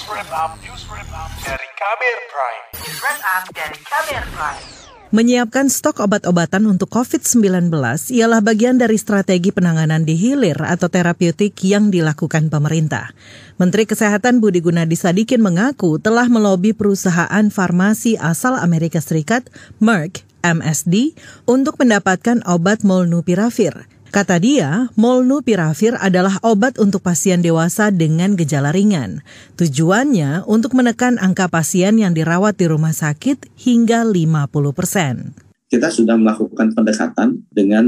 News Wrap Up dari Kamer Prime. News Wrap Up dari Kamer Prime. Menyiapkan stok obat-obatan untuk COVID-19 ialah bagian dari strategi penanganan di hilir atau terapeutik yang dilakukan pemerintah. Menteri Kesehatan Budi Gunadi Sadikin mengaku telah melobi perusahaan farmasi asal Amerika Serikat, Merck, MSD, untuk mendapatkan obat Molnupiravir. Kata dia, Molnupiravir adalah obat untuk pasien dewasa dengan gejala ringan. Tujuannya untuk menekan angka pasien yang dirawat di rumah sakit hingga 50%. Kita sudah melakukan pendekatan dengan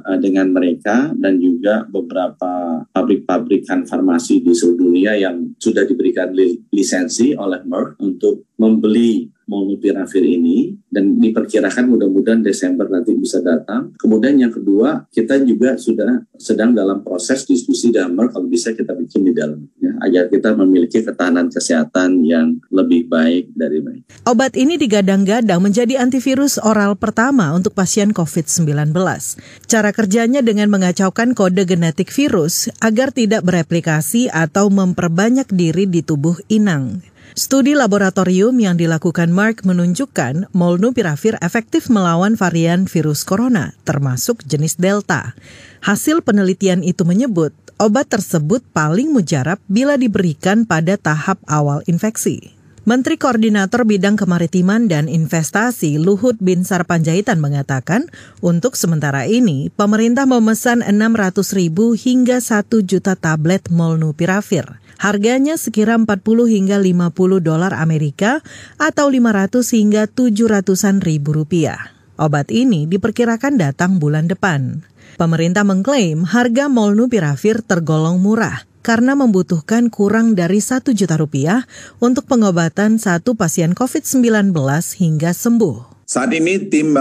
mereka dan juga beberapa pabrik-pabrikan farmasi di seluruh dunia yang sudah diberikan lisensi oleh Merck untuk membeli Molnupiravir ini, dan diperkirakan mudah-mudahan Desember nanti bisa datang. Kemudian yang kedua, kita juga sudah sedang dalam proses diskusi dengan Merck kalau bisa kita bikin di dalam, ya, agar kita memiliki ketahanan kesehatan yang lebih baik dari baik. Obat ini digadang-gadang menjadi antivirus oral pertama untuk pasien COVID-19. Cara kerjanya dengan mengacaukan kode genetik virus agar tidak bereplikasi atau memperbanyak diri di tubuh inang. Studi laboratorium yang dilakukan Merck menunjukkan Molnupiravir efektif melawan varian virus corona, termasuk jenis Delta. Hasil penelitian itu menyebut obat tersebut paling mujarab bila diberikan pada tahap awal infeksi. Menteri Koordinator Bidang Kemaritiman dan Investasi Luhut Binsar Panjaitan mengatakan, untuk sementara ini pemerintah memesan 600.000 hingga 1 juta tablet Molnupiravir. Harganya sekira 40 hingga 50 dolar Amerika atau 500 hingga 700-an ribu rupiah. Obat ini diperkirakan datang bulan depan. Pemerintah mengklaim harga Molnupiravir tergolong murah karena membutuhkan kurang dari 1 juta rupiah untuk pengobatan satu pasien COVID-19 hingga sembuh. Saat ini tim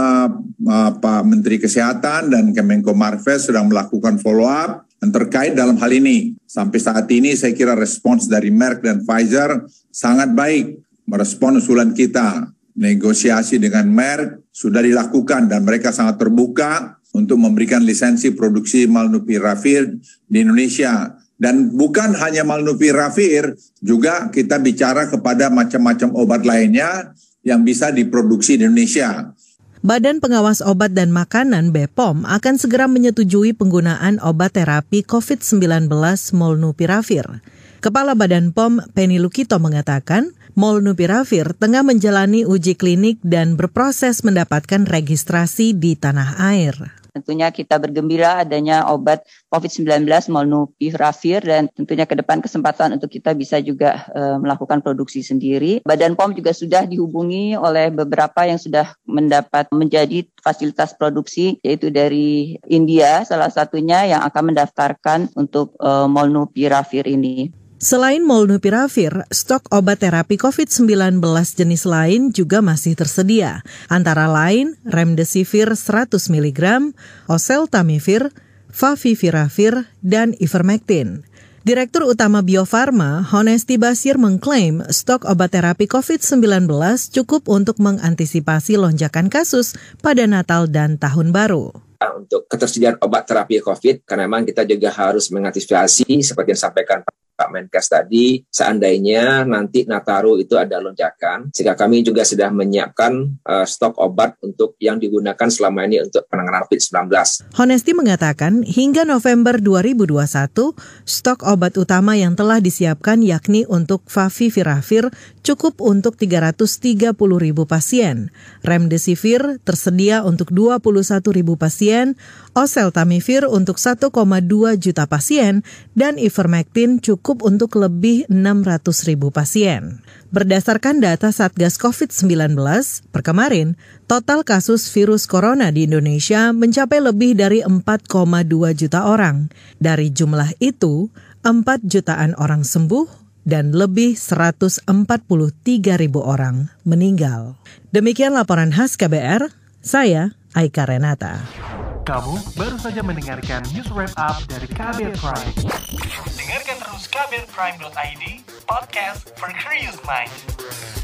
Pak Menteri Kesehatan dan Kemenko Marves sedang melakukan follow-up yang terkait dalam hal ini. Sampai saat ini saya kira respons dari Merck dan Pfizer sangat baik merespon usulan kita. Negosiasi dengan Merck sudah dilakukan dan mereka sangat terbuka untuk memberikan lisensi produksi Molnupiravir di Indonesia. Dan bukan hanya Molnupiravir, juga kita bicara kepada macam-macam obat lainnya yang bisa diproduksi di Indonesia. Badan Pengawas Obat dan Makanan BPOM akan segera menyetujui penggunaan obat terapi COVID-19 Molnupiravir. Kepala Badan POM Penny Lukito mengatakan, Molnupiravir tengah menjalani uji klinik dan berproses mendapatkan registrasi di tanah air. Tentunya kita bergembira adanya obat COVID-19 Molnupiravir dan tentunya ke depan kesempatan untuk kita bisa juga melakukan produksi sendiri. Badan POM juga sudah dihubungi oleh beberapa yang sudah mendapat menjadi fasilitas produksi, yaitu dari India salah satunya yang akan mendaftarkan untuk Molnupiravir ini. Selain Molnupiravir, stok obat terapi COVID-19 jenis lain juga masih tersedia. Antara lain Remdesivir 100 mg, Oseltamivir, Favipiravir, dan Ivermectin. Direktur Utama Bio Farma, Honesti Basir mengklaim stok obat terapi COVID-19 cukup untuk mengantisipasi lonjakan kasus pada Natal dan Tahun Baru. Untuk ketersediaan obat terapi COVID, karena memang kita juga harus mengantisipasi seperti yang disampaikan Pak Menkes tadi, seandainya nanti Nataru itu ada lonjakan, sehingga kami juga sudah menyiapkan stok obat untuk yang digunakan selama ini untuk penanganan COVID-19. Honesti mengatakan, hingga November 2021, stok obat utama yang telah disiapkan yakni untuk Favipiravir cukup untuk 330.000 pasien, Remdesivir tersedia untuk 21.000 pasien, Oseltamivir untuk 1,2 juta pasien, dan Ivermectin cukup untuk lebih 600.000 pasien. Berdasarkan data Satgas COVID-19, per kemarin, total kasus virus corona di Indonesia mencapai lebih dari 4,2 juta orang. Dari jumlah itu, 4 jutaan orang sembuh dan lebih 143.000 orang meninggal. Demikian laporan khas KBR, saya Aika Renata. Kamu baru saja mendengarkan News Wrap Up dari Kamer Prime. Dengarkan terus kbrprime.id, podcast for curious mind.